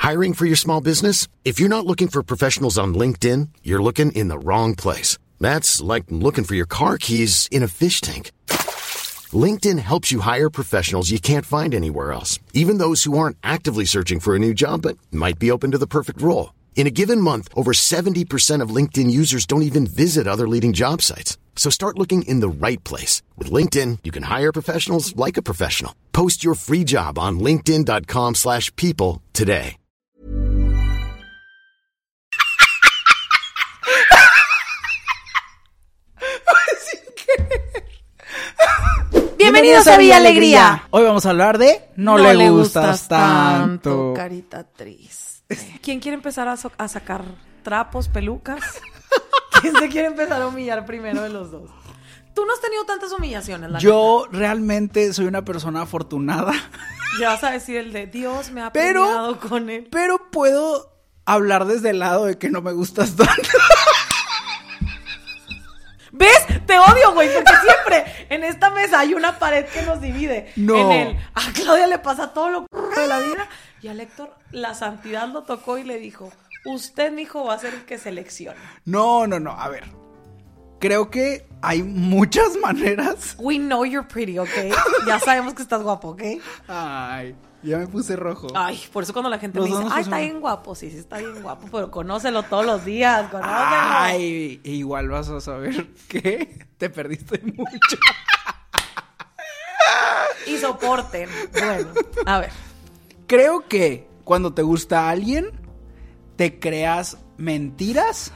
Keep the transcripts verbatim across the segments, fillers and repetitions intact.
Hiring for your small business? If you're not looking for professionals on LinkedIn, you're looking in the wrong place. That's like looking for your car keys in a fish tank. LinkedIn helps you hire professionals you can't find anywhere else, even those who aren't actively searching for a new job but might be open to the perfect role. In a given month, over seventy percent of LinkedIn users don't even visit other leading job sites. So start looking in the right place. With LinkedIn, you can hire professionals like a professional. Post your free job on linkedin.com slash people today. Bienvenidos a Villa Alegría. Hoy vamos a hablar de No, no le, le gustas, gustas tanto. tanto. Carita triste. ¿Quién quiere empezar a, so- a sacar trapos, pelucas? ¿Quién se quiere empezar a humillar primero de los dos? Tú no has tenido tantas humillaciones, la Yo neta. realmente soy una persona afortunada. Ya vas a decir el de Dios me ha pero, premiado con él. Pero puedo hablar desde el lado de que no me gustas tanto. ¿Ves? Te odio, güey, porque siempre en esta mesa hay una pared que nos divide. No. En el, a Claudia le pasa todo lo c- de la vida y a Héctor la santidad lo tocó y le dijo, usted, mijo, va a ser el que seleccione. No, no, no, a ver. Creo que hay muchas maneras. We know you're pretty, ¿ok? Ya sabemos que estás guapo, ¿ok? Ay, ya me puse rojo. Ay, por eso cuando la gente Los me dice, dos ay, nos está pusimos- bien guapo. Sí, sí, está bien guapo, pero conócelo todos los días, conócelo. Ay, igual vas a saber que te perdiste mucho. Y soporten. Bueno, a ver. Creo que cuando te gusta alguien, te creas mentiras.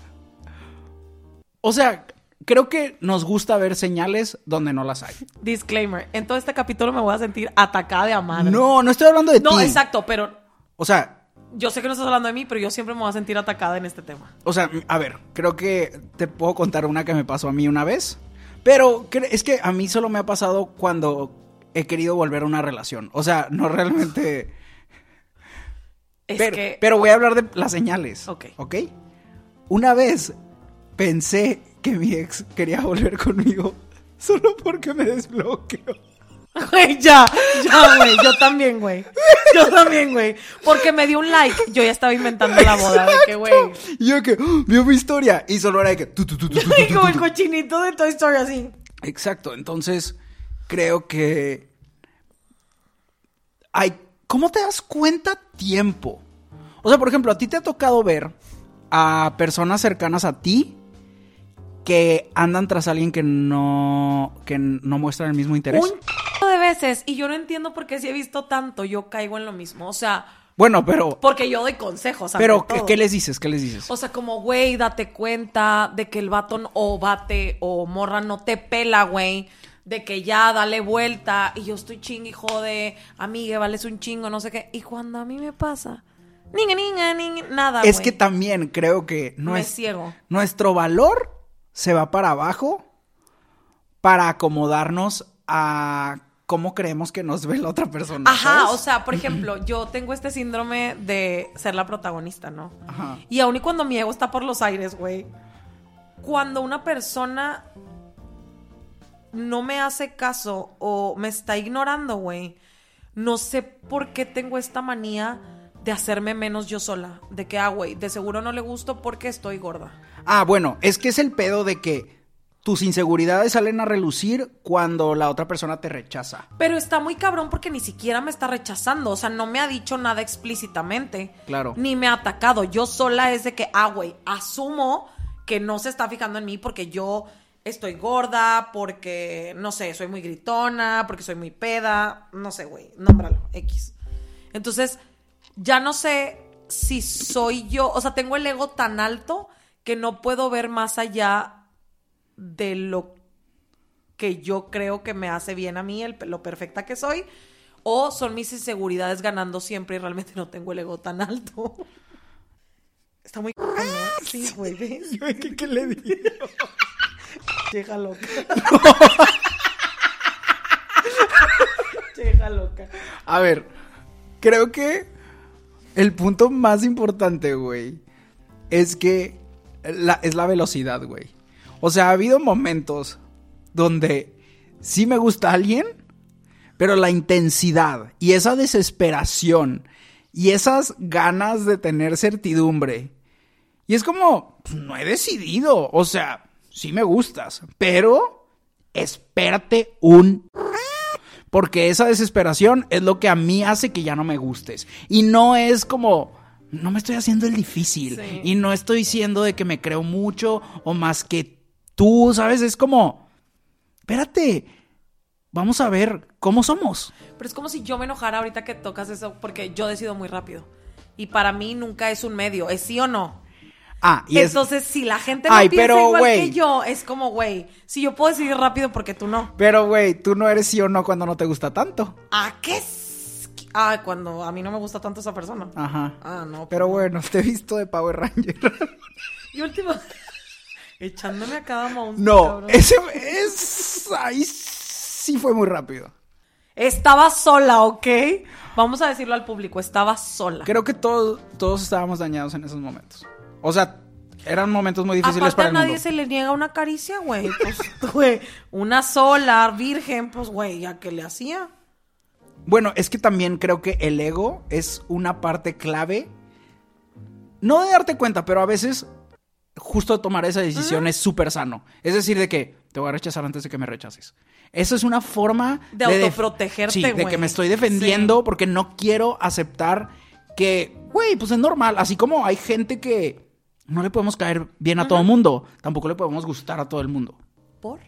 O sea, creo que nos gusta ver señales donde no las hay. Disclaimer, en todo este capítulo me voy a sentir atacada de amar. No, no estoy hablando de ti. No, exacto, pero O sea, yo sé que no estás hablando de mí, pero yo siempre me voy a sentir atacada en este tema. o sea, a ver, creo que te puedo contar una que me pasó a mí una vez. Pero cre- es que a mí solo me ha pasado cuando he querido volver a una relación. O sea, no realmente... Es pero, que... pero voy a hablar de las señales. Ok. ¿Ok? Una vez pensé que mi ex quería volver conmigo solo porque me desbloqueó. Güey, ya, ya, güey, yo también, güey. Yo también, güey. Porque me dio un like, yo ya estaba inventando la boda de que, güey. Y yo que, ¡oh! Vio mi historia. Y solo era de que... tu, tu, tu, tu, tu, tu, tu, Como el tu. cochinito de Toy Story, así. Exacto, entonces creo que hay... ¿Cómo te das cuenta tiempo? O sea, por ejemplo, a ti te ha tocado ver a personas cercanas a ti que andan tras alguien que no que no muestran el mismo interés. Un ch... de veces, y yo no entiendo por qué si he visto tanto, yo caigo en lo mismo. O sea, Bueno, pero... porque yo doy consejos, ante Pero, ¿qué, todo. ¿qué les dices? ¿Qué les dices? O sea, como, güey, date cuenta de que el vato no- o bate o morra no te pela, güey. De que ya, dale vuelta. Y yo estoy chingue y jode. Amigue, vales un chingo, no sé qué. Y cuando a mí me pasa, niña, niña, niña, nada, güey. Es que también creo que no Me es, ciego. nuestro valor se va para abajo para acomodarnos a cómo creemos que nos ve la otra persona. Ajá, ¿sabes? o sea, por ejemplo, yo tengo este síndrome de ser la protagonista, ¿no? Ajá. Y aun y cuando mi ego está por los aires, güey, cuando una persona no me hace caso o me está ignorando, güey, no sé por qué tengo esta manía de hacerme menos yo sola. De que, ah, güey, de seguro no le gusto porque estoy gorda. Ah, bueno, es que es el pedo de que tus inseguridades salen a relucir cuando la otra persona te rechaza. Pero está muy cabrón porque ni siquiera me está rechazando. O sea, no me ha dicho nada explícitamente. Claro. Ni me ha atacado. Yo sola es de que, ah, güey, asumo que no se está fijando en mí porque yo estoy gorda, porque, no sé, soy muy gritona, porque soy muy peda. No sé, güey, nómbralo, X. Entonces, ya no sé si soy yo. O sea, tengo el ego tan alto que no puedo ver más allá de lo que yo creo que me hace bien a mí, el, lo perfecta que soy, o son mis inseguridades ganando siempre y realmente no tengo el ego tan alto. Está muy... ¿no? Sí, güey, ¿ves? Yo, ¿Qué, qué le digo? Cheja loca. Cheja loca. A ver, creo que el punto más importante, güey, es que la, es la velocidad, güey. O sea, ha habido momentos donde sí me gusta alguien, pero la intensidad y esa desesperación y esas ganas de tener certidumbre. Y es como, pues, no he decidido, o sea, sí me gustas, pero espérate un... Porque esa desesperación es lo que a mí hace que ya no me gustes. Y no es como, no me estoy haciendo el difícil. Sí. Y no estoy diciendo de que me creo mucho o más que tú, ¿sabes? Es como, espérate, vamos a ver cómo somos. Pero es como si yo me enojara ahorita que tocas eso, porque yo decido muy rápido. Y para mí nunca es un medio, es sí o no. Ah, y entonces, es... si la gente no Ay, piensa pero, igual güey, que yo, es como, güey, si yo puedo decidir rápido, ¿por qué tú no? Pero, güey, tú no eres sí o no cuando no te gusta tanto. ¿A qué? Es... Ah, cuando a mí no me gusta tanto esa persona. Ajá. Ah, no. Pero no. bueno, te he visto de Power Ranger. Y último... Echándome a cada monstruo, No, cabrón. ese es... Ahí sí fue muy rápido. Estaba sola, ¿ok? Vamos a decirlo al público, estaba sola. Creo que todos, todos estábamos dañados en esos momentos. O sea, eran momentos muy difíciles aparte para el a nadie mundo. se le niega una caricia, güey. Pues, güey, una sola, virgen, pues, güey, ¿ya qué le hacía? Bueno, es que también creo que el ego es una parte clave. No de darte cuenta, pero a veces justo tomar esa decisión ¿Mm? Es súper sano. Es decir, de que te voy a rechazar antes de que me rechaces. Eso es una forma de, de autoprotegerte, sí, güey. de que me estoy defendiendo sí. Porque no quiero aceptar que, güey, pues es normal. Así como hay gente que no le podemos caer bien a uh-huh. todo el mundo, tampoco le podemos gustar a todo el mundo. ¿Por?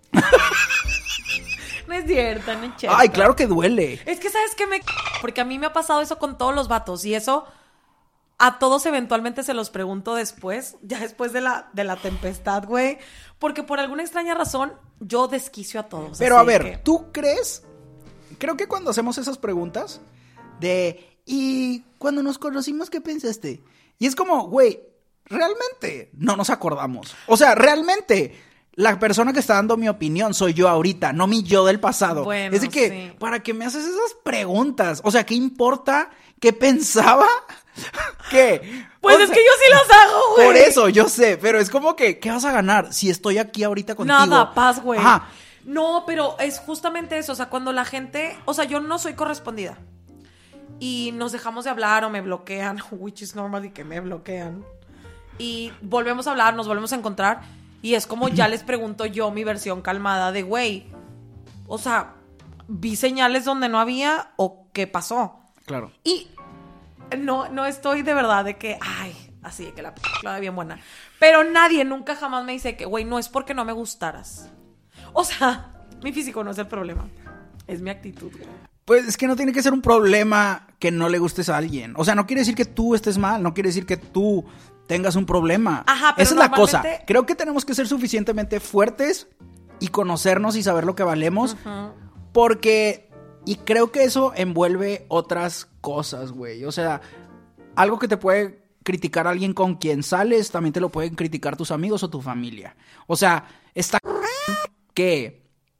No es cierto, no es cierto. Ay, claro que duele. Es que, ¿sabes qué me...? Porque a mí me ha pasado eso con todos los vatos. Y eso a todos eventualmente se los pregunto después. Ya después de la, de la tempestad, güey. Porque por alguna extraña razón yo desquicio a todos. Pero a ver, que... ¿tú crees? Creo que cuando hacemos esas preguntas de... ¿Y cuando nos conocimos qué pensaste? Y es como, güey, realmente no nos acordamos. O sea, realmente... La persona que está dando mi opinión soy yo ahorita, no mi yo del pasado. Bueno, es de que, sí. ¿para qué me haces esas preguntas? O sea, ¿qué importa? ¿Qué pensaba? ¿Qué? Pues o es sea, que yo sí las hago, güey. Por eso, yo sé, pero es como que, ¿qué vas a ganar si estoy aquí ahorita contigo? Nada, paz, güey. Ajá. No, pero es justamente eso, o sea, cuando la gente, o sea, yo no soy correspondida. Y nos dejamos de hablar o me bloquean, which is normal y que me bloquean. Y volvemos a hablar, nos volvemos a encontrar. Y es como ya les pregunto yo mi versión calmada de, güey, o sea, ¿vi señales donde no había o qué pasó? Claro. Y no, no estoy de verdad de que, ay, así de que la p*** la bien buena. Pero nadie nunca jamás me dice que, güey, no es porque no me gustaras. O sea, mi físico no es el problema. Es mi actitud, güey. Pues es que no tiene que ser un problema que no le gustes a alguien. O sea, no quiere decir que tú estés mal, no quiere decir que tú... tengas un problema. Ajá, pero esa es la cosa. Creo que tenemos que ser suficientemente fuertes y conocernos y saber lo que valemos. Uh-huh. Porque... Y creo que eso envuelve otras cosas, güey. O sea, algo que te puede criticar a alguien con quien sales, también te lo pueden criticar tus amigos o tu familia. O sea, está que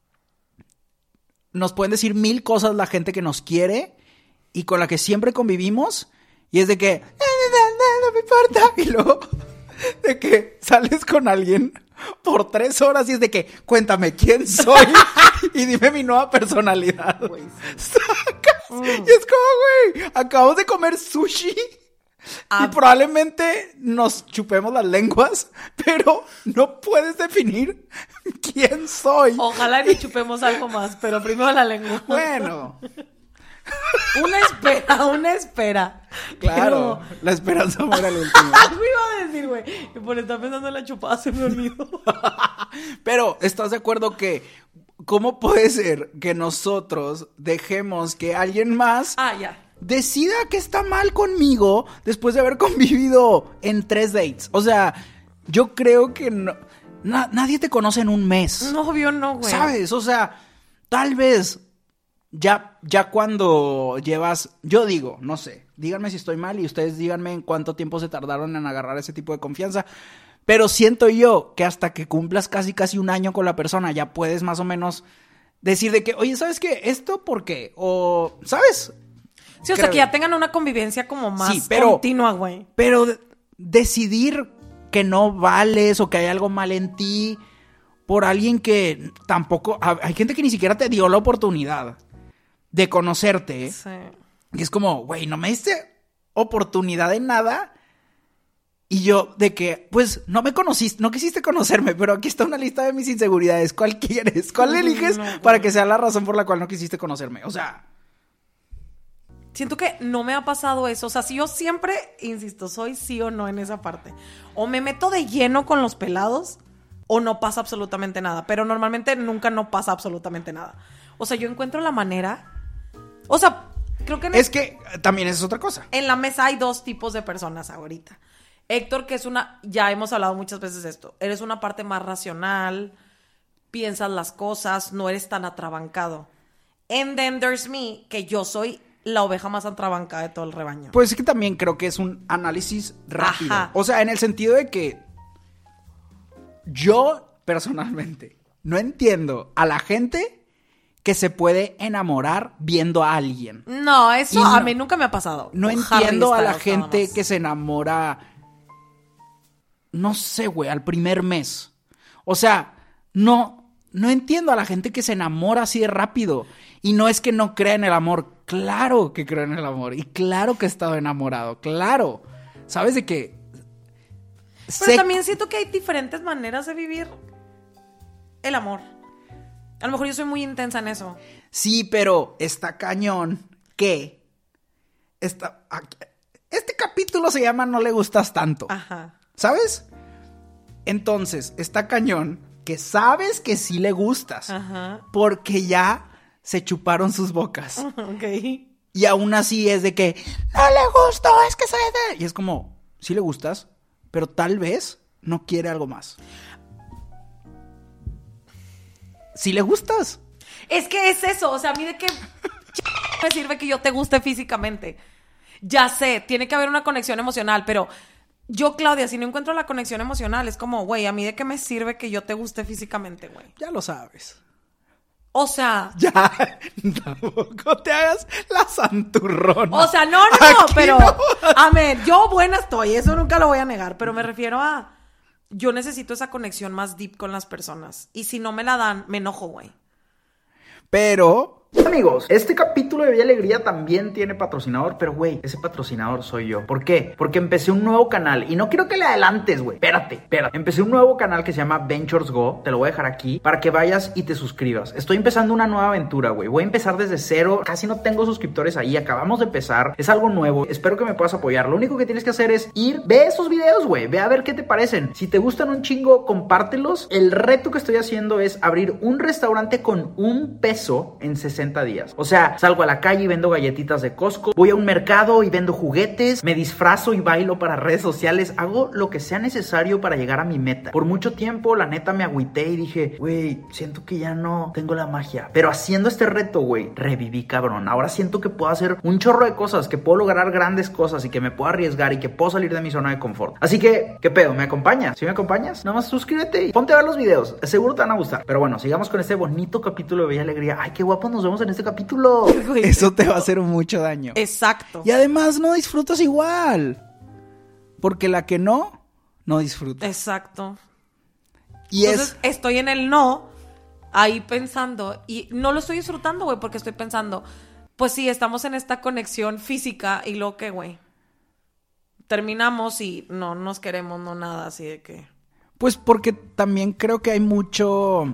nos pueden decir mil cosas la gente que nos quiere y con la que siempre convivimos. Y es de que... no me importa. Y luego de que sales con alguien por tres horas y es de que, cuéntame quién soy y dime mi nueva personalidad. Wey, sí. Sacas. Mm. Y es como, güey, acabamos de comer sushi ah, y probablemente nos chupemos las lenguas, pero no puedes definir quién soy. Ojalá y chupemos algo más, pero primero la lengua. Bueno. Una espera, una espera. Claro, pero... la esperanza muere al último. Me iba a decir, güey, y por estar pensando en la chupada se me olvidó. Pero, ¿estás de acuerdo que cómo puede ser que nosotros dejemos que alguien más ah, ya. decida que está mal conmigo después de haber convivido en tres dates? O sea, yo creo que no, na, nadie te conoce en un mes. No, obvio no, güey. ¿Sabes? O sea, tal vez... Ya, ya cuando llevas, yo digo, no sé, díganme si estoy mal y ustedes díganme en cuánto tiempo se tardaron en agarrar ese tipo de confianza, pero siento yo que hasta que cumplas casi casi un año con la persona ya puedes más o menos decir de que, oye, ¿sabes qué? ¿Esto por qué? O, ¿sabes? Sí, o Creo... sea, que ya tengan una convivencia como más sí, pero, continua, güey. Pero de- decidir que no vales o que hay algo mal en ti por alguien que tampoco, hay gente que ni siquiera te dio la oportunidad de conocerte. Sí. Y es como, güey, no me diste oportunidad de nada. Y yo, de que, pues, no me conociste, no quisiste conocerme, pero aquí está una lista de mis inseguridades. ¿Cuál quieres? ¿Cuál eliges No, no, para que sea la razón por la cual no quisiste conocerme? O sea... Siento que no me ha pasado eso. O sea, si yo siempre, insisto, soy sí o no en esa parte. O me meto de lleno con los pelados, o no pasa absolutamente nada. Pero normalmente nunca no pasa absolutamente nada. O sea, yo encuentro la manera... O sea, creo que... En Es que también es otra cosa. En la mesa hay dos tipos de personas ahorita. Héctor, que es una... Ya hemos hablado muchas veces de esto. Eres una parte más racional, piensas las cosas, no eres tan atrabancado. And then there's me, que yo soy la oveja más atrabancada de todo el rebaño. Pues es que también creo que es un análisis rápido. Ajá. O sea, en el sentido de que yo, personalmente, no entiendo a la gente que se puede enamorar viendo a alguien. No, eso Y a no- mí nunca me ha pasado. No Con entiendo Harry a la Styles, nada gente más. que se enamora, no sé, güey, al primer mes. O sea, no, no entiendo a la gente que se enamora así de rápido. Y no es que no crea en el amor. Claro que creo en el amor. Y claro que he estado enamorado. Claro. ¿Sabes de qué? Pero Sé- también siento que hay diferentes maneras de vivir el amor. A lo mejor yo soy muy intensa en eso. Sí, pero está cañón que... Está, este capítulo se llama No le gustas tanto. Ajá. ¿Sabes? Entonces, está cañón que sabes que sí le gustas. Ajá. Porque ya se chuparon sus bocas. Ok. Y aún así es de que no le gustó, es que soy de... Y es como, sí le gustas, pero tal vez no quiere algo más. Sí le gustas. Es que es eso, o sea, a mí de qué ch- me sirve que yo te guste físicamente. Ya sé, tiene que haber una conexión emocional, pero yo, Claudia, si no encuentro la conexión emocional, es como, güey, a mí de qué me sirve que yo te guste físicamente, güey. Ya lo sabes. O sea, Ya, tampoco te hagas la santurrona. o sea, no, no, no, Aquí pero, no. a ver, yo buena estoy, eso nunca lo voy a negar, pero me refiero a, yo necesito esa conexión más deep con las personas, y si no me la dan, me enojo, güey. Pero... Amigos, este capítulo de Bella Alegría también tiene patrocinador, pero güey, ese patrocinador soy yo. ¿Por qué? Porque empecé un nuevo canal y no quiero que le adelantes, güey. Espérate, espérate. Empecé un nuevo canal que se llama Ventures Go, te lo voy a dejar aquí para que vayas y te suscribas. Estoy empezando una nueva aventura, güey. Voy a empezar desde cero, casi no tengo suscriptores ahí, acabamos de empezar, es algo nuevo. Espero que me puedas apoyar. Lo único que tienes que hacer es ir, ve esos videos, güey, ve a ver qué te parecen. Si te gustan un chingo, compártelos. El reto que estoy haciendo es abrir un restaurante con un peso en sesenta días. O sea, salgo a la calle y vendo galletitas de Costco, voy a un mercado y vendo juguetes, me disfrazo y bailo para redes sociales, hago lo que sea necesario para llegar a mi meta. Por mucho tiempo, la neta, me agüité y dije, güey, siento que ya no tengo la magia. Pero haciendo este reto, güey, reviví, cabrón. Ahora siento que puedo hacer un chorro de cosas, que puedo lograr grandes cosas y que me puedo arriesgar y que puedo salir de mi zona de confort. Así que, ¿qué pedo? ¿Me acompañas? Si me acompañas, nada más suscríbete y ponte a ver los videos. Seguro te van a gustar. Pero bueno, sigamos con este bonito capítulo de Bella Alegría. Ay, qué guapo nos vemos en este capítulo. Güey. Eso te va a hacer mucho daño. Exacto. Y además no disfrutas igual. Porque la que no, no disfruta. Exacto. Y Entonces, es... estoy en el no, ahí pensando, y no lo estoy disfrutando, güey, porque estoy pensando, pues sí, estamos en esta conexión física, y lo que, güey, terminamos y no nos queremos, no nada, así de que... Pues porque también creo que hay mucho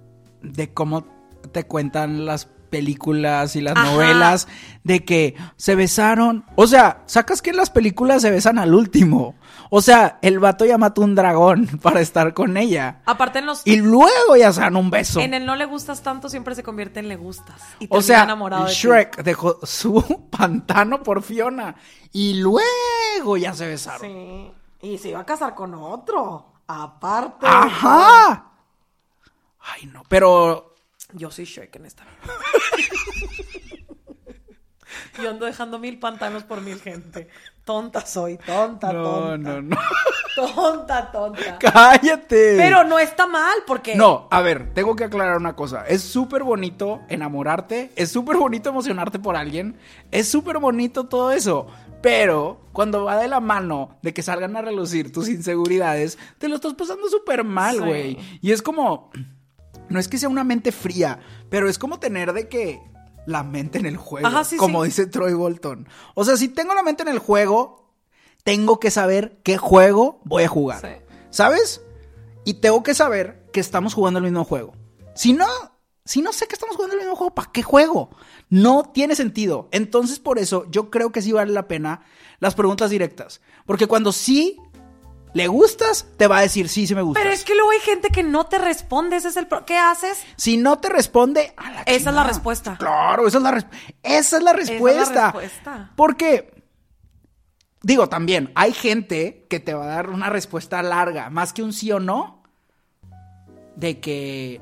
de cómo te cuentan las películas y las Ajá. novelas de que se besaron. O sea, sacas que en las películas se besan al último. O sea, el vato ya mató un dragón para estar con ella. Aparte en los... Y luego ya se dan un beso. En el no le gustas tanto siempre se convierte en le gustas. Y O termina sea, enamorado de ti. Shrek dejó su pantano por Fiona. Y luego ya se besaron. Sí. Y se iba a casar con otro. Aparte. ¡Ajá! Ay, no, pero... Yo soy Shrek en esta vida. Yo ando dejando mil pantanos por mil gente. Tonta soy, tonta, No, tonta. no, no. Tonta, tonta. ¡Cállate! Pero no está mal, porque... No, a ver, tengo que aclarar una cosa. Es súper bonito enamorarte, es súper bonito emocionarte por alguien, es súper bonito todo eso. Pero cuando va de la mano de que salgan a relucir tus inseguridades, te lo estás pasando súper mal, Sí. güey. Y es como... No es que sea una mente fría, pero es como tener de que... la mente en el juego. Ajá, sí, como sí. dice Troy Bolton. O sea, si tengo la mente en el juego, tengo que saber qué juego voy a jugar. Sí. ¿Sabes? Y tengo que saber que estamos jugando el mismo juego. Si no, si no sé que estamos jugando el mismo juego, ¿para qué juego? No tiene sentido. Entonces, por eso, yo creo que sí vale la pena las preguntas directas. Porque cuando sí le gustas, te va a decir sí, sí me gustas. Pero es que luego hay gente que no te responde. Ese es el pro- ¿Qué haces? Si no te responde, a la Esa es la chingada. respuesta. Claro, esa es la, res- esa es la respuesta. Esa es la respuesta. Porque, digo, también, hay gente que te va a dar una respuesta larga, más que un sí o no, de que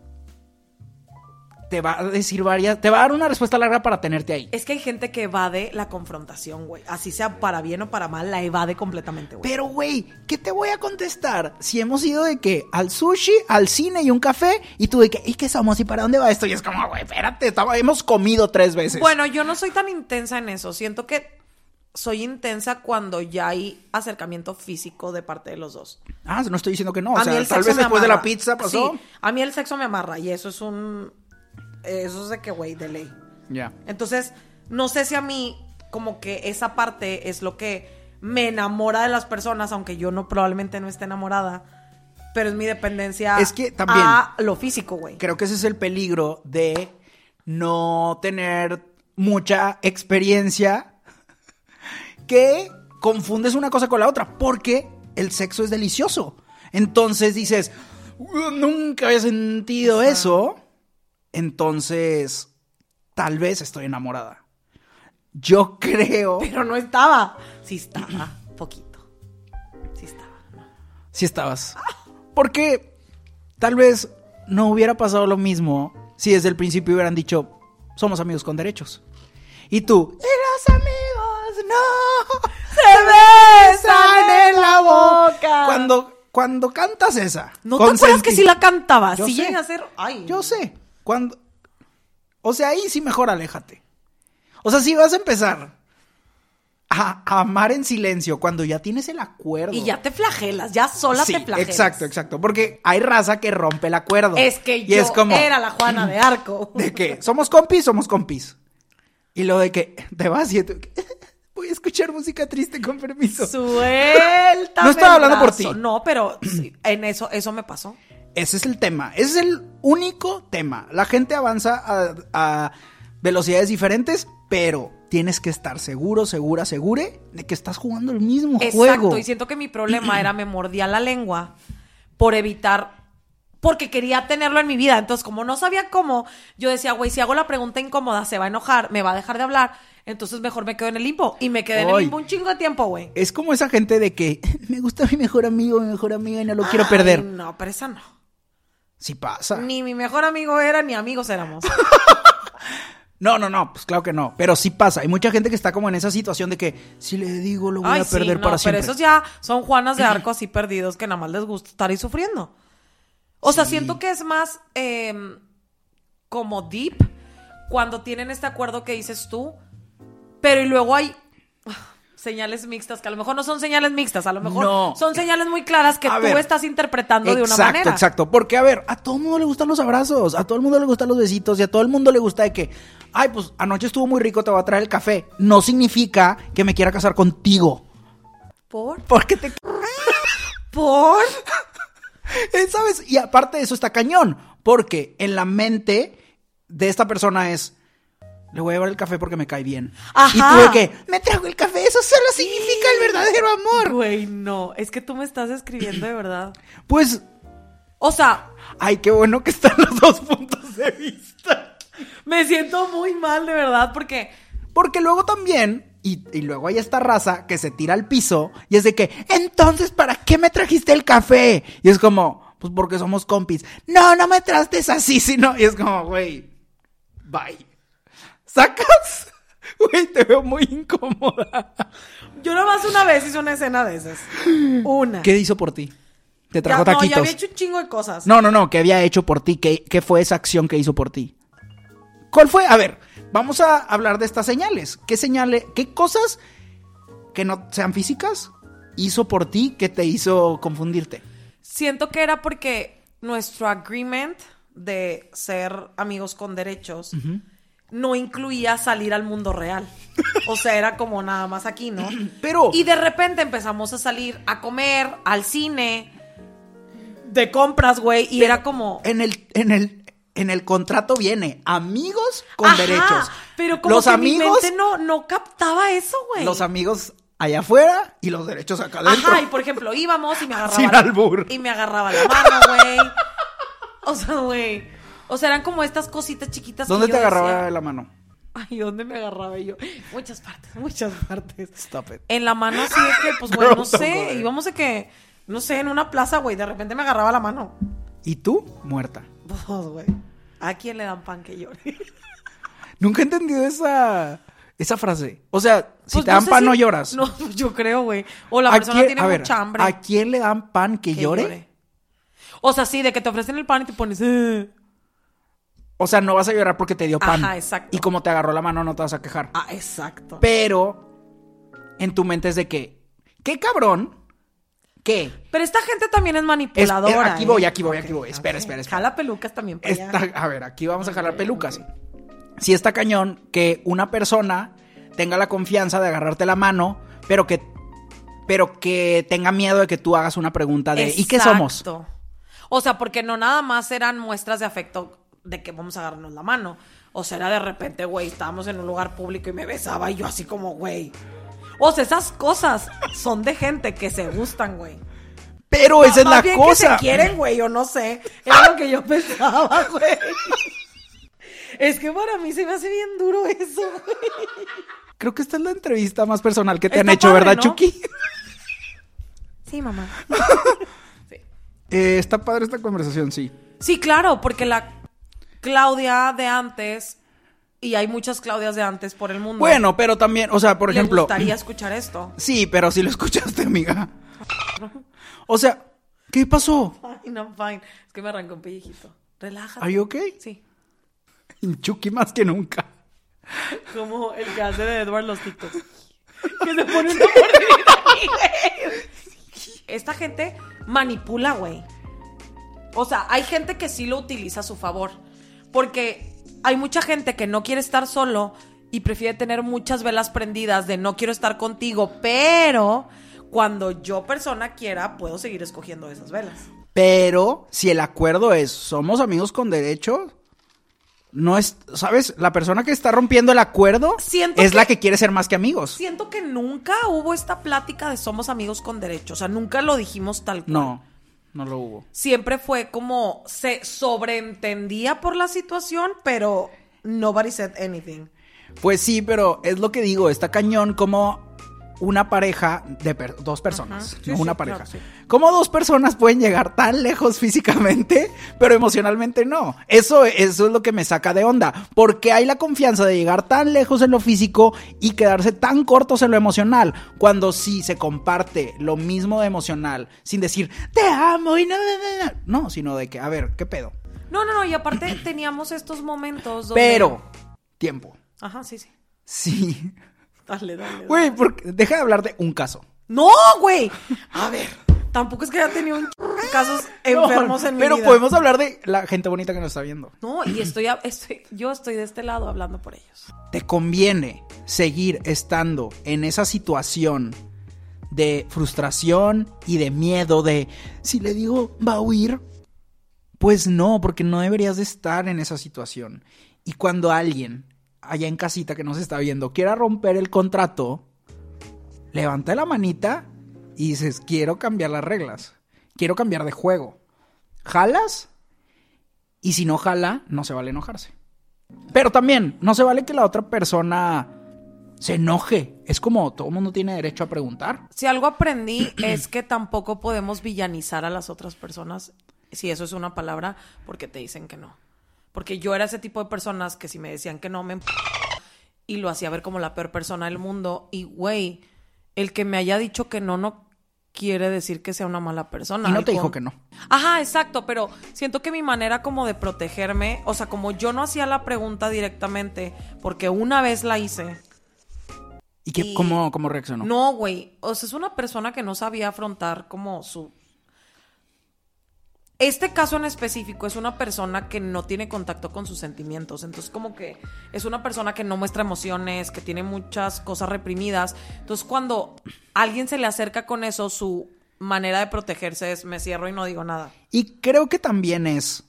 te va a decir varias, te va a dar una respuesta larga para tenerte ahí. Es que hay gente que evade la confrontación, güey. Así sea para bien o para mal, la evade completamente, güey. Pero, güey, ¿qué te voy a contestar? Si hemos ido de que al sushi, al cine y un café, y tú de que, ¿y qué somos? ¿Y para dónde va esto? Y es como, güey, espérate, estaba- hemos comido tres veces. Bueno, yo no soy tan intensa en eso. Siento que soy intensa cuando ya hay acercamiento físico de parte de los dos. Ah, no estoy diciendo que no. O A sea, mí el tal sexo vez me después de la amarra. pizza pasó. Sí, a mí el sexo me amarra y eso es un... Eso es de que, güey, de ley. Ya. Entonces, no sé si a mí como que esa parte es lo que me enamora de las personas, aunque yo no probablemente no esté enamorada, pero es mi dependencia Es que también- a lo físico, güey. Creo que ese es el peligro de no tener mucha experiencia, que confundes una cosa con la otra, porque el sexo es delicioso. Entonces dices, "Uh, nunca había sentido Ajá. eso". Entonces, tal vez estoy enamorada. Yo creo... Pero no estaba. Sí estaba, poquito. Sí estaba. Sí estabas. Porque tal vez no hubiera pasado lo mismo si desde el principio hubieran dicho, somos amigos con derechos. Y tú, y los amigos no ¡Se besan en la boca. Cuando, cuando cantas esa. ¿No te acuerdas que sí la cantaba? Yo Sí sé. llega a ser... Ay. Yo sé. Cuando... O sea, ahí sí mejor aléjate. O sea, si vas a empezar a, a amar en silencio cuando ya tienes el acuerdo. Y ya te flagelas, ya sola Sí, te flagelas. exacto, exacto. Porque hay raza que rompe el acuerdo. Es que Y yo es como, era la Juana de Arco. de que somos compis, somos compis. Y lo de que te vas y tú, voy a escuchar música triste con permiso. Suelta. No estaba hablando por ti. No, pero sí, en eso, eso me pasó. Ese es el tema. Ese es el único tema. La gente avanza a, a velocidades diferentes, pero tienes que estar seguro, segura, segure de que estás jugando el mismo Exacto, juego. y siento que mi problema era me mordía la lengua por evitar, porque quería tenerlo en mi vida. Entonces, como no sabía cómo, yo decía, güey, si hago la pregunta incómoda, se va a enojar, me va a dejar de hablar, entonces mejor me quedo en el limbo. Y me quedé en el Ay. limbo un chingo de tiempo, güey. Es como esa gente de que me gusta mi mejor amigo, mi mejor amiga y no lo quiero perder. Ay, no, pero esa no. Sí pasa. Ni mi mejor amigo era, ni amigos éramos. No, no, no, pues claro que no. Pero sí pasa. Hay mucha gente que está como en esa situación de que si le digo lo voy Ay, a perder sí, no, para pero siempre. esos ya son Juanas de Arco así perdidos que nada más les gusta estar ahí sufriendo. O sea, Sí. siento que es más eh, como deep cuando tienen este acuerdo que dices tú, pero y luego hay ah, señales mixtas, que a lo mejor no son señales mixtas, a lo mejor No. son señales muy claras que A tú ver. estás interpretando de una Exacto, manera. exacto. Porque, a ver, a todo el mundo le gustan los abrazos, a todo el mundo le gustan los besitos y a todo el mundo le gusta de que, ay, pues anoche estuvo muy rico, te voy a traer el café. No significa que me quiera casar contigo. ¿Por? Porque te... ¿Por? Eh, ¿Sabes? Y aparte de eso está cañón. Porque en la mente de esta persona es, le voy a llevar el café porque me cae bien. Ajá. Y tú de que, me trajo el café, eso solo significa el verdadero amor. Güey, no, es que tú me estás escribiendo de verdad. Pues, O sea, ay, qué bueno que están los dos puntos de vista. me siento muy mal de verdad porque... Porque luego también, y, y luego hay esta raza que se tira al piso y es de que, entonces, ¿para qué me trajiste el café? Y es como, pues porque somos compis. No, no me trates así, sino... Y es como, güey, bye. ¿Sacas? Güey, te veo muy incómoda. Yo nomás una vez hice una escena de esas. Una. ¿Qué hizo por ti? Te trajo Ya, no, taquitos. ya había hecho un chingo de cosas. No, no, no, ¿qué había hecho por ti? ¿Qué, ¿Qué fue esa acción que hizo por ti? ¿Cuál fue? A ver, vamos a hablar de estas señales. ¿Qué señales, qué cosas que no sean físicas hizo por ti que te hizo confundirte? Siento que era porque nuestro agreement de ser amigos con derechos Uh-huh. no incluía salir al mundo real. O sea, era como nada más aquí, ¿no? Pero... Y de repente empezamos a salir a comer, al cine, de compras, güey, y era como... En el, en el, en el contrato viene amigos con Ajá, derechos. Pero como los que amigos, mi mente no, no captaba eso, güey. Los amigos allá afuera y los derechos acá adentro. Ajá, y por ejemplo, íbamos y me agarraba... Sin la, albur. Y me agarraba la mano, güey. O sea, güey. O sea, eran como estas cositas chiquitas. ¿Dónde que te yo agarraba decía, la mano? Ay, ¿dónde me agarraba yo? Muchas partes, muchas partes. Stop it. En la mano así de que, pues, güey, Bro, no sé. güey. Íbamos de que, no sé, en una plaza, güey, de repente me agarraba la mano. ¿Y tú? Muerta. Pues, güey, ¿a quién le dan pan que llore? Nunca he entendido esa, esa frase. O sea, si Pues te dan sé pan, si- no lloras. No, pues, yo creo, güey. O la ¿A persona quién- tiene a ver, mucha hambre. ¿a quién le dan pan que, que llore? O sea, sí, de que te ofrecen el pan y te pones... "Eh". O sea, no vas a llorar porque te dio pan. Ajá, exacto. Y como te agarró la mano, no te vas a quejar. Ah, exacto. Pero en tu mente es de que, qué cabrón, ¿qué? Pero esta gente también es Es- manipuladora. eh, aquí ¿eh? voy, aquí voy, aquí Ok, voy. Espera, ok. espera, espera. Jala pelucas también para Está, allá. a ver, aquí vamos a jalar pelucas. Sí está cañón que una persona tenga la confianza de agarrarte la mano, pero que, pero que tenga miedo de que tú hagas una pregunta de ¿y qué somos? Exacto. O sea, porque no nada más eran muestras de afecto de que vamos a agarrarnos la mano. O sea, era de repente, güey, estábamos en un lugar público y me besaba y yo así como, güey. O sea, esas cosas son de gente que se gustan, güey. Pero esa es Más la bien cosa. que se quieren, güey, o no sé. Era lo que yo pensaba, güey. Es que para mí se me hace bien duro eso, güey. Creo que esta es la entrevista más personal que te han Está hecho, padre, ¿verdad, ¿no? Chucky? Sí, mamá. Eh, está padre esta conversación, sí. Sí, claro, porque la Claudia de antes, y hay muchas Claudias de antes por el mundo. Bueno, pero también, o sea, por ¿Le ejemplo... gustaría escuchar esto? Sí, pero si lo escuchaste, amiga. O sea, ¿qué pasó? Fine, I'm fine. Es que me arrancó un pellejito. Relájate. ¿Are you okay? Sí. Chucky más que nunca. Como el que hace de Edward los TikToks. Que se pone una mordidita ahí, güey. Esta gente manipula, güey. O sea, hay gente que sí lo utiliza a su favor. Porque hay mucha gente que no quiere estar solo y prefiere tener muchas velas prendidas de no quiero estar contigo, pero cuando yo persona quiera, puedo seguir escogiendo esas velas. Pero si el acuerdo es somos amigos con derecho, no es, ¿sabes? La persona que está rompiendo el acuerdo Siento es que- la que quiere ser más que amigos. Siento que nunca hubo esta plática de somos amigos con derecho. O sea, nunca lo dijimos tal cual. No, no lo hubo. Siempre fue como se sobreentendía por la situación, pero nobody said anything. Pues sí, pero es lo que digo, está cañón como una pareja de per- dos personas, Ajá. Sí, no sí, una claro, pareja. sí. ¿Cómo dos personas pueden llegar tan lejos físicamente, pero emocionalmente no? Eso, eso es lo que me saca de onda. Porque hay la confianza de llegar tan lejos en lo físico y quedarse tan cortos en lo emocional. Cuando sí se comparte lo mismo de emocional, sin decir, te amo y no, no, no, no. No, sino de que, a ver, ¿qué pedo? No, no, no, y aparte teníamos estos momentos donde... Pero, tiempo. Ajá, sí, sí. Sí. Dale, dale, dale. Güey, porque- deja de hablar de un caso. ¡No, güey! A ver, tampoco es que haya tenido un ch- de casos enfermos No, en mi pero vida. podemos hablar de la gente bonita que nos está viendo. No, y estoy, a- estoy... Yo estoy de este lado hablando por ellos. Te conviene seguir estando en esa situación de frustración y de miedo de si le digo va a huir. Pues no, porque no deberías de estar en esa situación. Y cuando alguien allá en casita que nos está viendo quiera romper el contrato, levanta la manita y dices, quiero cambiar las reglas, quiero cambiar de juego. ¿Jalas? Y si no jala, no se vale enojarse. Pero también, no se vale que la otra persona se enoje. Es como todo el mundo tiene derecho a preguntar. Si algo aprendí es que tampoco podemos villanizar a las otras personas, si eso es una palabra, porque te dicen que no. Porque yo era ese tipo de personas que si me decían que no, me... Y lo hacía ver como la peor persona del mundo. Y, güey, el que me haya dicho que no, no quiere decir que sea una mala persona. Y no Al te dijo con- que no. Ajá, exacto, pero siento que mi manera como de protegerme, o sea, como yo no hacía la pregunta directamente, porque una vez la hice. ¿Y qué, Y- cómo, cómo reaccionó? No, güey, o sea, es una persona que no sabía afrontar como su... Este caso en específico es una persona que no tiene contacto con sus sentimientos. Entonces como que es una persona que no muestra emociones, que tiene muchas cosas reprimidas. Entonces cuando alguien se le acerca con eso, su manera de protegerse es me cierro y no digo nada. Y creo que también es...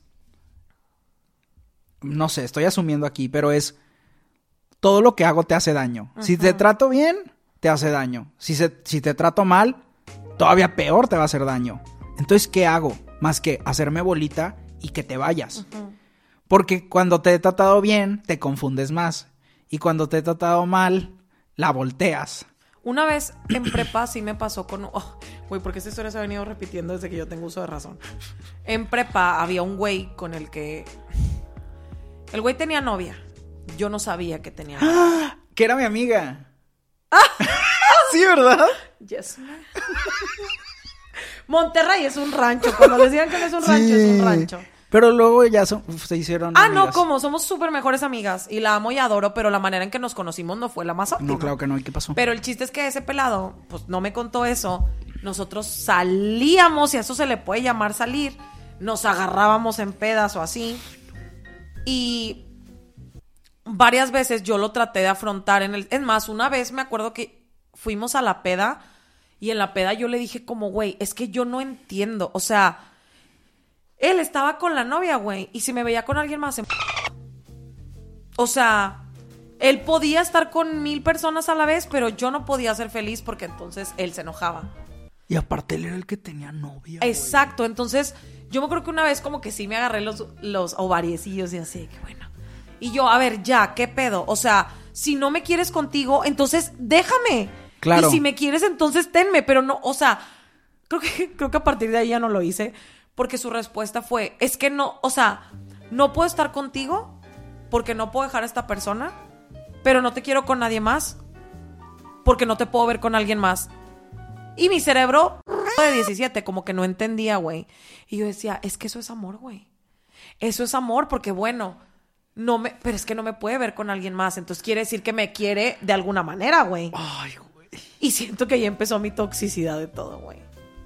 No sé, estoy asumiendo aquí, pero es... Todo lo que hago te hace daño. Uh-huh. Si te trato bien, te hace daño. Si, se, si te trato mal, todavía peor te va a hacer daño. Entonces, ¿qué hago? Más que hacerme bolita y que te vayas. Uh-huh. Porque cuando te he tratado bien, te confundes más. Y cuando te he tratado mal, la volteas. Una vez en prepa sí me pasó con... Oh, güey, porque esta historia se ha venido repitiendo desde que yo tengo uso de razón. En prepa había un güey con el que... El güey tenía novia. Yo no sabía que tenía novia. ¡Ah! Que era mi amiga. ¡Ah! Sí, ¿verdad? Yes, man. Monterrey es un rancho. Cuando les digan que no es un sí. rancho, es un rancho. Pero luego ya son, se hicieron Ah, amigas. no, ¿cómo? Somos súper mejores amigas. Y la amo y adoro, pero la manera en que nos conocimos no fue la más óptima. No, claro que no. ¿Y qué pasó? Pero el chiste es que ese pelado, pues no me contó eso. Nosotros salíamos, y a eso se le puede llamar salir. Nos agarrábamos en pedas o así. Y varias veces yo lo traté de afrontar en el... Es más, una vez me acuerdo que fuimos a la peda... Y en la peda yo le dije como, güey, es que yo no entiendo. O sea, él estaba con la novia, güey. Y si me veía con alguien más... En... O sea, él podía estar con mil personas a la vez, pero yo no podía ser feliz porque entonces él se enojaba. Y aparte él era el que tenía novia. Exacto, güey. Entonces yo me acuerdo que una vez como que sí me agarré los, los ovariecillos y así, que bueno. Y yo, a ver, ya, ¿qué pedo? O sea, si no me quieres contigo, entonces déjame. Claro. Y si me quieres, entonces tenme, pero no, o sea, creo que, creo que a partir de ahí ya no lo hice, porque su respuesta fue, es que no, o sea, no puedo estar contigo porque no puedo dejar a esta persona, pero no te quiero con nadie más porque no te puedo ver con alguien más. Y mi cerebro de diecisiete como que no entendía, güey. Y yo decía, es que eso es amor, güey. Eso es amor porque, bueno, no me, pero es que no me puede ver con alguien más, entonces quiere decir que me quiere de alguna manera, güey. Ay, güey. Y siento que ya empezó mi toxicidad de todo, güey.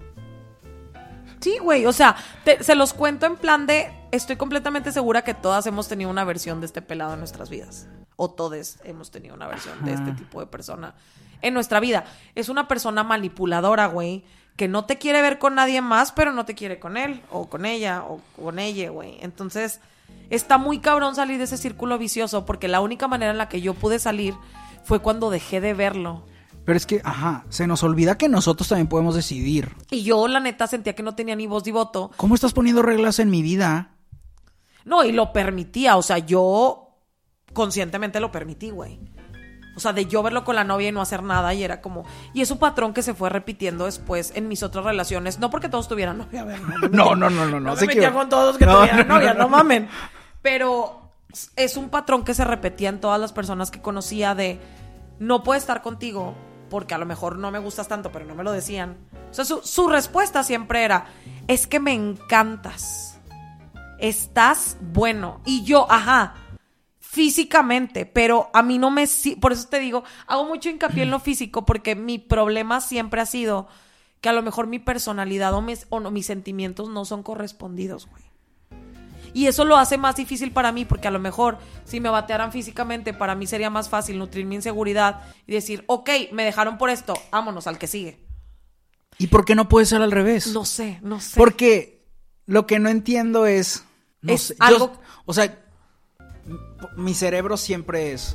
Sí, güey, o sea, te, se los cuento en plan de... Estoy completamente segura que todas hemos tenido una versión de este pelado en nuestras vidas. O todos hemos tenido una versión Ajá. de este tipo de persona en nuestra vida. Es una persona manipuladora, güey, que no te quiere ver con nadie más, pero no te quiere con él, o con ella, o con ella, güey. Entonces, está muy cabrón salir de ese círculo vicioso, porque la única manera en la que yo pude salir fue cuando dejé de verlo. Pero es que, ajá, se nos olvida que nosotros también podemos decidir. Y yo, la neta, sentía que no tenía ni voz ni voto. ¿Cómo estás poniendo reglas en mi vida? No, y lo permitía. O sea, yo conscientemente lo permití, güey. O sea, de yo verlo con la novia y no hacer nada. Y era como... Y es un patrón que se fue repitiendo después en mis otras relaciones. No porque todos tuvieran novia. A ver, no, no, no, no, no. No, no me me metía que... con todos que no, tuvieran no, novia. No, no, no, no mamen. Pero es un patrón que se repetía en todas las personas que conocía de... No puedo estar contigo... porque a lo mejor no me gustas tanto, pero no me lo decían. O sea, su, su respuesta siempre era, es que me encantas. Estás bueno. Y yo, ajá, físicamente, pero a mí no me... Por eso te digo, hago mucho hincapié en lo físico, porque mi problema siempre ha sido que a lo mejor mi personalidad o mis, o no, mis sentimientos no son correspondidos, güey. Y eso lo hace más difícil para mí, porque a lo mejor si me batearan físicamente, para mí sería más fácil nutrir mi inseguridad y decir, ok, me dejaron por esto, vámonos al que sigue. ¿Y por qué no puede ser al revés? No sé, no sé. Porque lo que no entiendo es... No es sé, algo... yo, o sea, mi cerebro siempre es...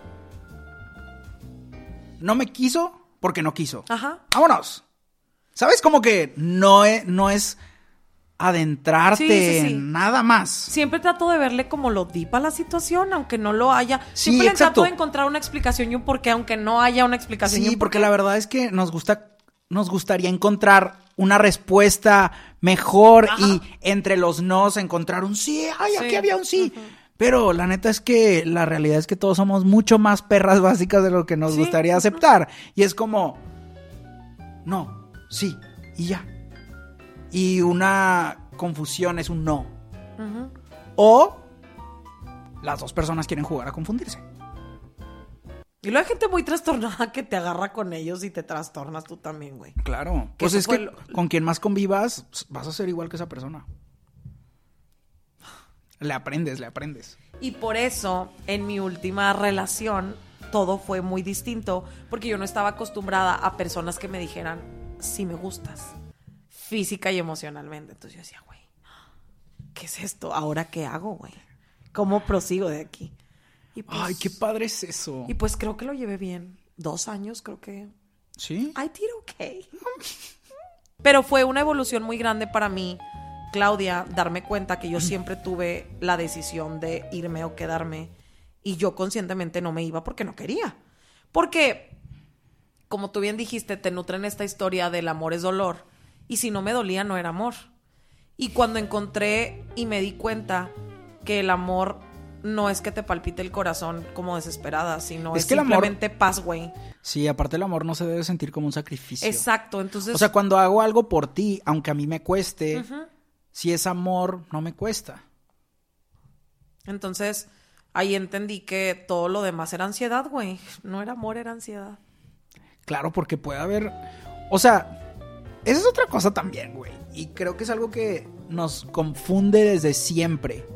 No me quiso porque no quiso. Ajá. ¡Vámonos! ¿Sabes? Como que no es... No es adentrarte sí, sí, sí. en nada más. Siempre trato de verle como lo deep a la situación, aunque no lo haya. Sí, Siempre exacto. trato de encontrar una explicación y un porqué, aunque no haya una explicación. Sí, y un porque la verdad es que nos gusta, nos gustaría encontrar una respuesta mejor. Ajá. Y entre los nos encontrar un sí. Ay, sí. Aquí había un sí. Uh-huh. Pero la neta es que la realidad es que todos somos mucho más perras básicas de lo que nos sí. gustaría uh-huh. aceptar. Y es como, no, sí, y ya. Y una confusión es un no. Uh-huh. O las dos personas quieren jugar a confundirse. Y luego hay gente muy trastornada que te agarra con ellos y te trastornas tú también, güey. Claro. Pues es que lo... con quien más convivas, vas a ser igual que esa persona. Le aprendes, le aprendes. Y por eso, en mi última relación, todo fue muy distinto, porque yo no estaba acostumbrada a personas que me dijeran, sí me gustas, física y emocionalmente. Entonces yo decía, güey, ¿qué es esto? ¿Ahora qué hago, güey? ¿Cómo prosigo de aquí? Y pues, ay, qué padre es eso. Y pues creo que lo llevé bien. Dos años, creo que... ¿Sí? I did okay. Pero fue una evolución muy grande para mí, Claudia, darme cuenta que yo siempre tuve la decisión de irme o quedarme. Y yo conscientemente no me iba porque no quería. Porque, como tú bien dijiste, te nutren esta historia del amor es dolor. Y si no me dolía, no era amor. Y cuando encontré y me di cuenta que el amor no es que te palpite el corazón como desesperada, sino es, es que simplemente amor... paz, güey. Sí, aparte el amor no se debe sentir como un sacrificio. Exacto, entonces... O sea, cuando hago algo por ti, aunque a mí me cueste, uh-huh. si es amor, no me cuesta. Entonces, ahí entendí que todo lo demás era ansiedad, güey. No era amor, era ansiedad. Claro, porque puede haber... O sea, esa es otra cosa también, güey. Y creo que es algo que nos confunde desde siempre.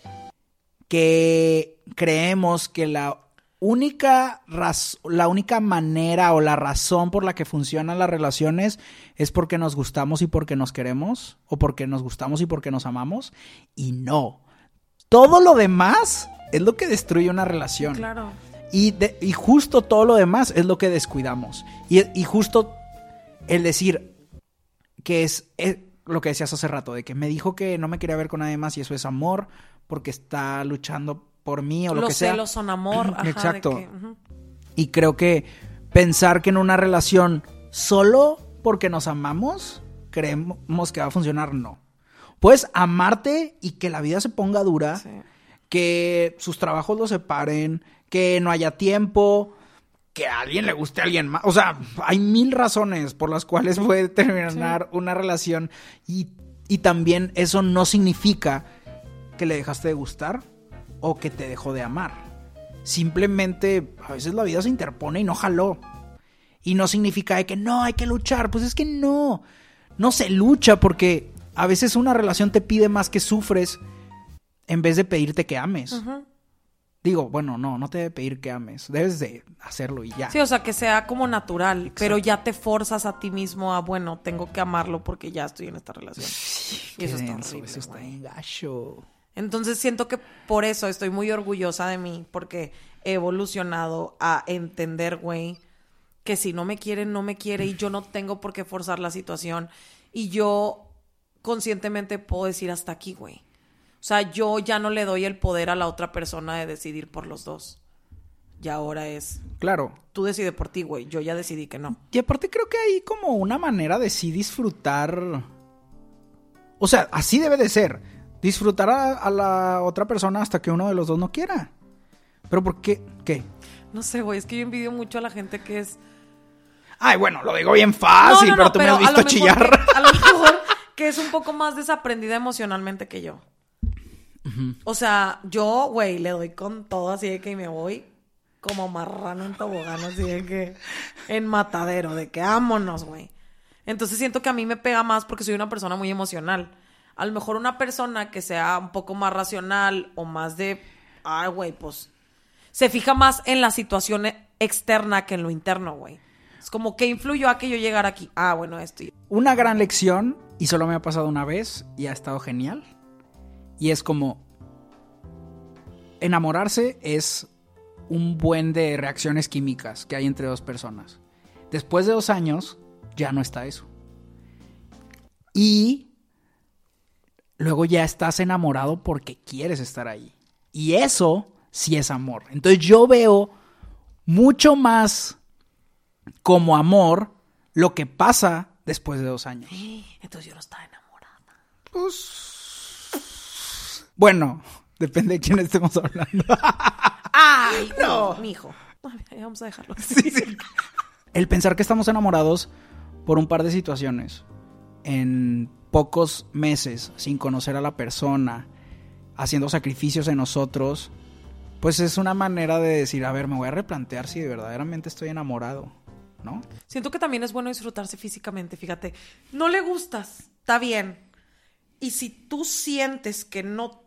Que creemos que la única raz- la única manera o la razón por la que funcionan las relaciones es porque nos gustamos y porque nos queremos, o porque nos gustamos y porque nos amamos, y no. Todo lo demás es lo que destruye una relación. Claro. Y, de, y justo todo lo demás es lo que descuidamos. Y, y justo el decir que es, es lo que decías hace rato, de que me dijo que no me quería ver con nadie más y eso es amor, porque está luchando por mí o lo Los que sea. Los celos son amor. Ajá, exacto. De que, uh-huh. Y creo que pensar que en una relación solo porque nos amamos creemos que va a funcionar, no. Puedes amarte y que la vida se ponga dura, sí. que sus trabajos los separen, que no haya tiempo, que a alguien le guste a alguien más. O sea, hay mil razones por las cuales puede terminar sí. una relación y, y también eso no significa que le dejaste de gustar o que te dejó de amar. Simplemente a veces la vida se interpone y no jaló. Y no significa de que no, hay que luchar. Pues es que no, no se lucha porque a veces una relación te pide más que sufres en vez de pedirte que ames. Uh-huh. Digo, bueno, no, no te debe pedir que ames. Debes de hacerlo y ya. Sí, o sea, que sea como natural. Exacto. Pero ya te forzas a ti mismo a, bueno, tengo que amarlo porque ya estoy en esta relación. Sí, y eso denso, está horrible, eso está en gacho. Entonces siento que por eso estoy muy orgullosa de mí, porque he evolucionado a entender, güey, que si no me quiere, no me quiere y yo no tengo por qué forzar la situación. Y yo conscientemente puedo decir hasta aquí, güey. O sea, yo ya no le doy el poder a la otra persona de decidir por los dos. Y ahora es... Claro. Tú decides por ti, güey. Yo ya decidí que no. Y aparte creo que hay como una manera de sí disfrutar... O sea, así debe de ser. Disfrutar a, a la otra persona hasta que uno de los dos no quiera. ¿Pero por qué? ¿Qué? No sé, güey. Es que yo envidio mucho a la gente que es... Ay, bueno, lo digo bien fácil, no, no, no, pero tú pero me has visto chillar. Que, a lo mejor que es un poco más desaprendida emocionalmente que yo. Uh-huh. O sea, yo, güey, le doy con todo así de que me voy como marrano en tobogán, así de que en matadero, de que vámonos, güey. Entonces siento que a mí me pega más porque soy una persona muy emocional. A lo mejor una persona que sea un poco más racional o más de... Ay, güey, pues... Se fija más en la situación externa que en lo interno, güey. Es como que influyó a que yo llegara aquí. Ah, bueno, esto. Una gran lección, y solo me ha pasado una vez, y ha estado genial. Y es como... Enamorarse es un buen de reacciones químicas que hay entre dos personas. Después de dos años, ya no está eso. Y... luego ya estás enamorado porque quieres estar ahí. Y eso sí es amor. Entonces yo veo mucho más como amor lo que pasa después de dos años. Entonces yo no estaba enamorada. Pues... Bueno, depende de quién estemos hablando. ¡Ay, no! Mijo. Ay, vamos a dejarlo así. Sí, sí. El pensar que estamos enamorados por un par de situaciones en... pocos meses sin conocer a la persona, haciendo sacrificios en nosotros, pues es una manera de decir, a ver, me voy a replantear si verdaderamente estoy enamorado, ¿no? Siento que también es bueno disfrutarse físicamente, fíjate. No le gustas, está bien. Y si tú sientes que no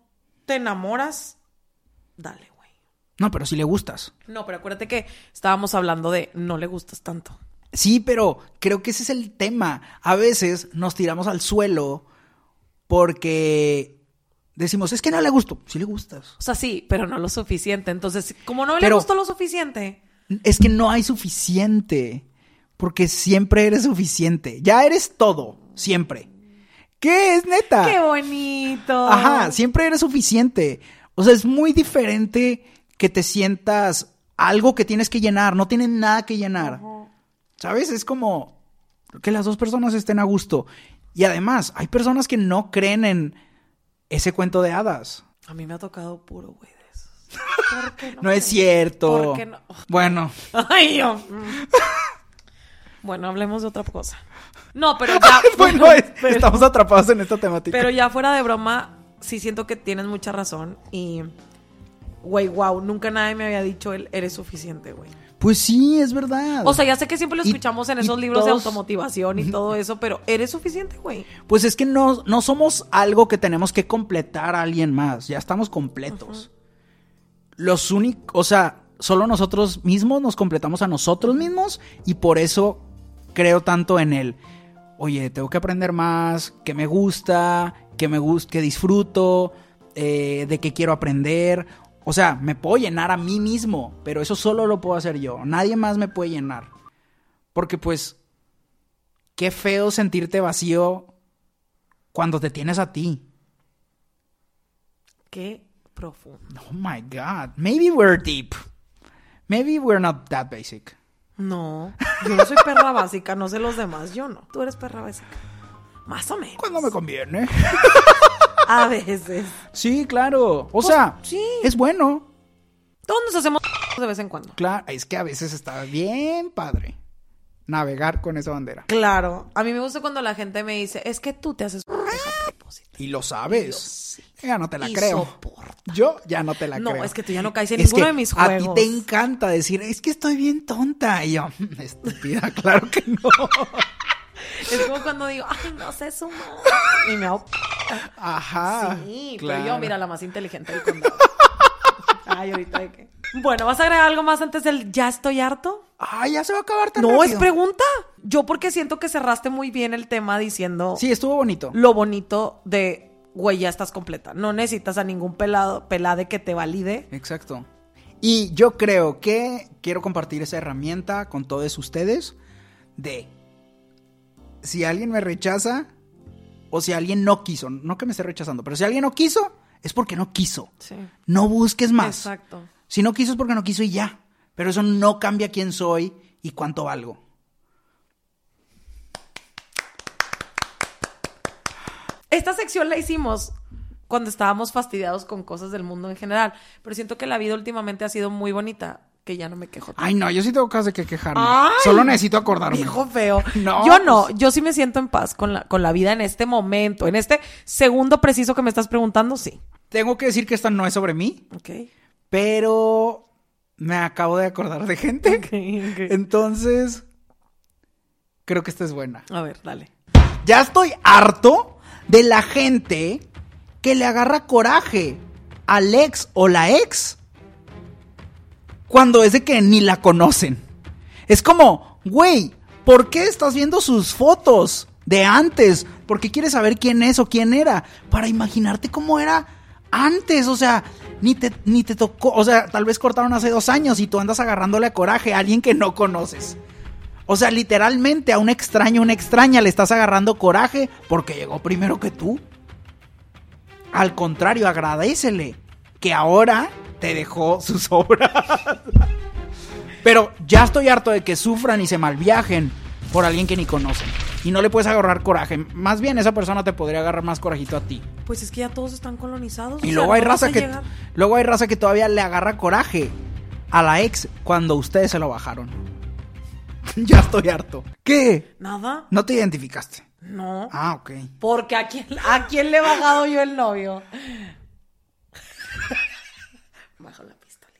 te enamoras, dale, güey. No, pero si le gustas. No, pero acuérdate que estábamos hablando de no le gustas tanto. Sí, pero creo que ese es el tema. A veces nos tiramos al suelo porque decimos, es que no le gusto. Sí le gustas. O sea, sí, pero no lo suficiente. Entonces, como no Pero- le gustó lo suficiente... Es que no hay suficiente. Porque siempre eres suficiente. Ya eres todo. Siempre. ¿Qué es neta? ¡Qué bonito! Ajá, siempre eres suficiente. O sea, es muy diferente que te sientas algo que tienes que llenar. No tienes nada que llenar. Ajá. ¿Sabes? Es como que las dos personas estén a gusto. Y además, hay personas que no creen en ese cuento de hadas. A mí me ha tocado puro güey de esos. ¿Por qué no? No es cierto. ¿Por qué no? Bueno, Ay, yo. Bueno, hablemos de otra cosa. No, pero ya... bueno, es- pero, estamos atrapados en esta temática. pero ya fuera de broma, sí siento que tienes mucha razón. Y, güey, wow, nunca nadie me había dicho el eres suficiente, güey. Pues sí, es verdad. O sea, ya sé que siempre lo Y- escuchamos en y esos libros de todos- automotivación y todo eso, pero eres suficiente, güey. Pues es que no, no somos algo que tenemos que completar a alguien más. Ya estamos completos. Los únicos, o sea, solo nosotros mismos nos completamos a nosotros mismos y por eso creo tanto en él. Oye, tengo que aprender más, que me gusta, que me gusta, que disfruto, eh, de que quiero aprender. O sea, me puedo llenar a mí mismo, pero eso solo lo puedo hacer yo. Nadie más me puede llenar. Porque pues, qué feo sentirte vacío cuando te tienes a ti. Qué profundo. Oh my God. Maybe we're deep. Maybe we're not that basic. No, yo no soy perra básica, no sé los demás, yo no. Tú eres perra básica. Más o menos. Cuando me conviene. A veces. Sí, claro. O sea, sí. es bueno. Todos nos hacemos de vez en cuando. Claro, es que a veces está bien padre navegar con esa bandera. Claro. A mí me gusta cuando la gente me dice, es que tú te haces a propósito. Y lo sabes. Yo sí. Ya no te la Y creo. soporta. Yo ya no te la No, creo. es que tú ya no caes en Es ninguno que de mis a juegos. ti te encanta decir, es que estoy bien tonta. Y yo, estúpida, claro que no. Es como cuando digo, ay, no sé sumar. Y me hago... Ajá. Sí, claro. pero yo, mira, la más inteligente del condado. Ay, ahorita de qué. Bueno, ¿vas a agregar algo más antes del ya estoy harto? Ay, ya se va a acabar tan No, rápido. es pregunta. Yo porque siento que cerraste muy bien el tema diciendo Sí, estuvo bonito. lo bonito de, güey, ya estás completa. No necesitas a ningún pelado, pelade que te valide. Exacto. Y yo creo que quiero compartir esa herramienta con todos ustedes de si alguien me rechaza o si alguien no quiso, no que me esté rechazando, pero si alguien no quiso, es porque no quiso. Sí. No busques más. Exacto. Si no quiso es porque no quiso y ya. Pero eso no cambia quién soy y cuánto valgo. Esta sección la hicimos cuando estábamos fastidiados con cosas del mundo en general, pero siento que la vida últimamente ha sido muy bonita, que ya no me quejo tanto. Ay, no, yo sí tengo cosas de que quejarme. Ay, Solo necesito acordarme. Viejo feo. No, yo no, pues- yo sí me siento en paz con la, con la vida en este momento, en este segundo preciso que me estás preguntando, sí. Tengo que decir que esta no es sobre mí, Ok. pero me acabo de acordar de gente. Ok, ok. Entonces, creo que esta es buena. A ver, dale. Ya estoy harto de la gente que le agarra coraje al ex o la ex cuando es de que ni la conocen. Es como, güey, ¿por qué estás viendo sus fotos de antes? ¿Por qué quieres saber quién es o quién era? Para imaginarte cómo era antes, o sea, ni te, ni te tocó, o sea, tal vez cortaron hace dos años y tú andas agarrándole a coraje a alguien que no conoces. O sea, literalmente a un extraño, una extraña le estás agarrando coraje porque llegó primero que tú. Al contrario, agradécele que ahora te dejó sus obras. Pero ya estoy harto de que sufran y se malviajen por alguien que ni conocen. Y no le puedes agarrar coraje. Más bien esa persona te podría agarrar más corajito a ti. Pues es que ya todos están colonizados. Y o luego sea, hay no vas raza a que llegar. luego hay raza que todavía le agarra coraje a la ex cuando ustedes se lo bajaron. Ya estoy harto. ¿Qué? ¿Nada? ¿No te identificaste? No. Ah, ok. Porque ¿a quién, ¿a quién le he bajado yo el novio? Bajo la pistola.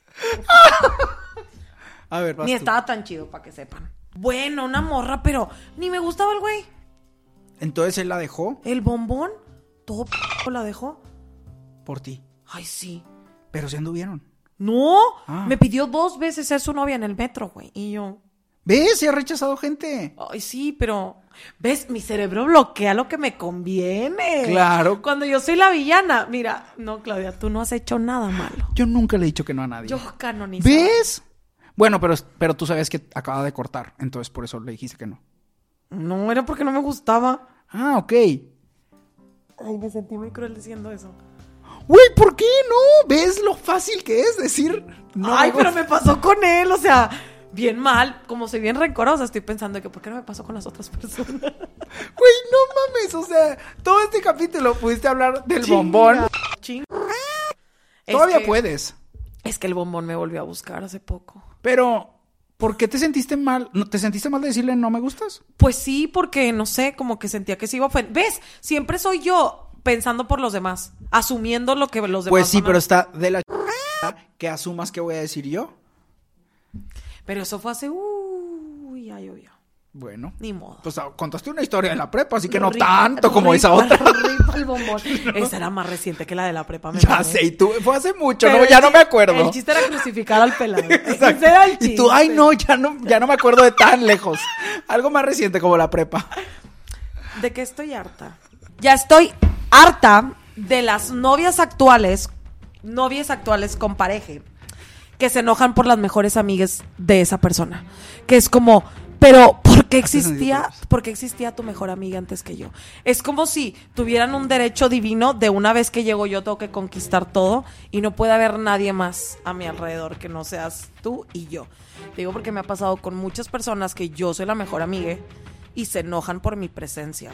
A ver, vas Ni tú. estaba tan chido para que sepan. Bueno, una morra, pero ni me gustaba el güey. Entonces él la dejó El bombón, todo p la dejó. por ti. Ay, sí. Pero se anduvieron. No, Ah. me pidió dos veces ser su novia en el metro, güey. Y yo, ¿Ves? Se ha rechazado gente. ay, sí, pero... ¿Ves? Mi cerebro bloquea lo que me conviene. Claro. Cuando yo soy la villana. Mira, no, Claudia, tú no has hecho nada malo. Yo nunca le he dicho que no a nadie. Yo canonizaba. ¿Ves? Bueno, pero, pero tú sabes que acaba de cortar, entonces por eso le dijiste que no. No, era porque no me gustaba. Ah, ok. Ay, me sentí muy cruel diciendo eso. Güey, ¿por qué no? ¿Ves lo fácil que es decir no? Ay, pero me pasó con él, o sea, bien mal. Como soy bien rencorosa, estoy pensando que ¿por qué no me pasó con las otras personas? Güey, no mames, o sea, todo este capítulo pudiste hablar del Chinga, bombón. chinga. Todavía Es que- puedes, Es que el bombón me volvió a buscar hace poco. pero ¿por qué te sentiste mal? ¿No- ¿Te sentiste mal de decirle no me gustas? Pues sí, porque no sé, como que sentía que se iba a ofender. ¿Ves? Siempre soy yo pensando por los demás, asumiendo lo que los demás. Pues sí, van a- pero está de la que asumas que voy a decir yo. Pero eso fue hace. Uy, ya llovió. Bueno, Ni modo. pues ah, contaste una historia de la prepa, así que no Ripa, tanto como esa ripa, otra. ripa el bombón. Esa era más reciente que la de la prepa. me Ya mamé. sé, y tú, fue hace mucho, Pero no, el ya no chi- me acuerdo. El chiste era crucificar al pelado. Exacto. Ese era el Y tú, ay chiste. no, ya no, ya no me acuerdo de tan lejos. Algo más reciente como la prepa. ¿De qué estoy harta? Ya estoy harta de las novias actuales, novias actuales con pareja, que se enojan por las mejores amigas de esa persona. Que es como, pero ¿por qué Hace sentido existía, por eso. por qué existía tu mejor amiga antes que yo? Es como si tuvieran un derecho divino de una vez que llego yo tengo que conquistar todo y no puede haber nadie más a mi alrededor que no seas tú y yo. Digo porque me ha pasado con muchas personas que yo soy la mejor amiga y se enojan por mi presencia.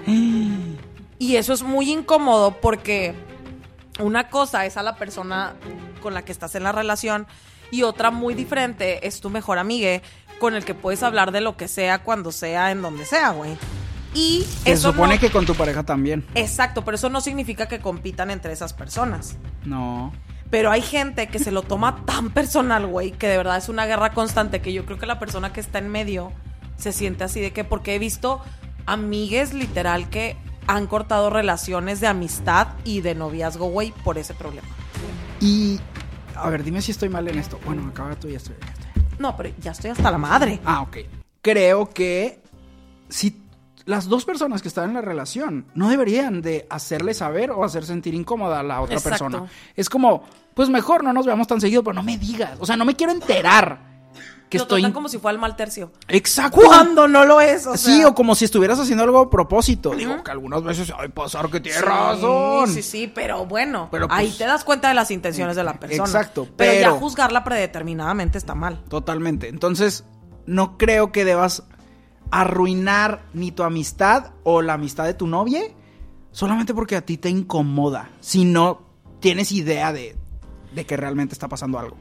Y eso es muy incómodo porque una cosa es a la persona con la que estás en la relación y otra muy diferente es tu mejor amiga con el que puedes hablar de lo que sea, cuando sea, en donde sea, güey. Y Se eso supone no- que con tu pareja también. Exacto, pero eso no significa que compitan entre esas personas. No. Pero hay gente que se lo toma tan personal, güey, que de verdad es una guerra constante que yo creo que la persona que está en medio se siente así de que, porque he visto amigues literal que han cortado relaciones de amistad y de noviazgo, güey, por ese problema. Y, a ver, dime si estoy mal en esto. Bueno, acaba tú y ya estoy. ya estoy. No, pero ya estoy hasta la madre. Ah, ok. Creo que si las dos personas que están en la relación no deberían de hacerle saber o hacer sentir incómoda a la otra Exacto. persona. Es como, pues mejor no nos veamos tan seguido, pero no me digas. O sea, no me quiero enterar que Lo estoy... tratan como si fuera el mal tercio. Exacto. Cuando no lo es, o Sí, sea. o como si estuvieras haciendo algo a propósito. Digo, que algunas veces hay pasar que tienes razón. Sí, sí, pero bueno, Pero, ahí pues, te das cuenta de las intenciones de la persona. exacto, Pero, ya pero- juzgarla predeterminadamente está mal. Totalmente. Entonces, no creo que debas arruinar ni tu amistad o la amistad de tu novia solamente porque a ti te incomoda, si no tienes idea de, de que realmente está pasando algo.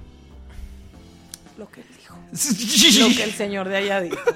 Lo que él dijo. Lo que el señor de allá dijo.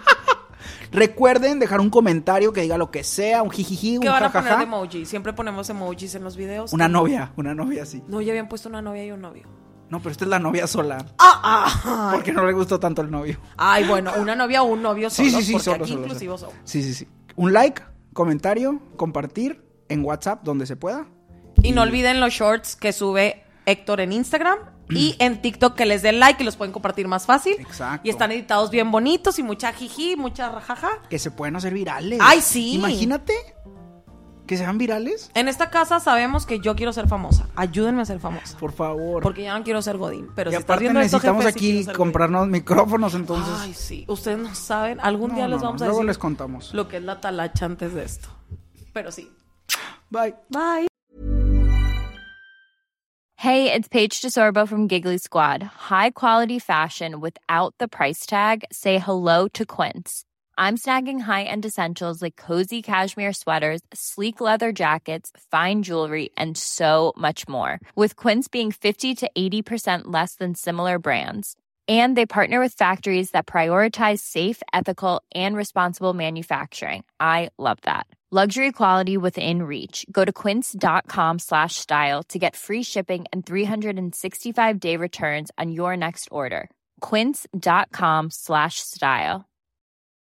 Recuerden dejar un comentario que diga lo que sea, un jijiji, un ¿Qué van a jajaja. poner de emoji? Siempre ponemos emojis en los videos. Una novia, una novia sí. No, ya habían puesto una novia y un novio. No, pero esta es la novia sola. Ah, ah, Porque no le gustó tanto el novio. Ay, bueno, una novia o un novio solo. Sí, sí, sí, porque solo, aquí solo, inclusivos solo. somos. Sí, sí, sí. Un like, comentario, compartir en WhatsApp donde se pueda. Y no olviden los shorts que sube Héctor en Instagram y en TikTok, que les den like y los pueden compartir más fácil. Exacto. Y están editados bien bonitos y mucha jiji, mucha rajaja. Que se pueden hacer virales. Ay, sí. Imagínate que sean virales. En esta casa sabemos que yo quiero ser famosa. Ayúdenme a ser famosa. Por favor. Porque ya no quiero ser Godín. Pero y si estás aparte viendo esto, necesitamos jefe, sí aquí quiero ser comprarnos micrófonos, Godín. entonces. Ay, sí. Ustedes no saben. Algún No, día les no, vamos a luego decir les contamos. lo que es la talacha antes de esto. Pero sí. Bye. Bye. Hey, it's Paige DeSorbo from Giggly Squad. High quality fashion without the price tag. Say hello to Quince. I'm snagging high-end essentials like cozy cashmere sweaters, sleek leather jackets, fine jewelry, and so much more. With Quince being fifty to eighty percent less than similar brands. And they partner with factories that prioritize safe, ethical, and responsible manufacturing. I love that. Luxury quality within reach. Go to quince.com slash style to get free shipping and three sixty-five day returns on your next order. Quince.com slash style.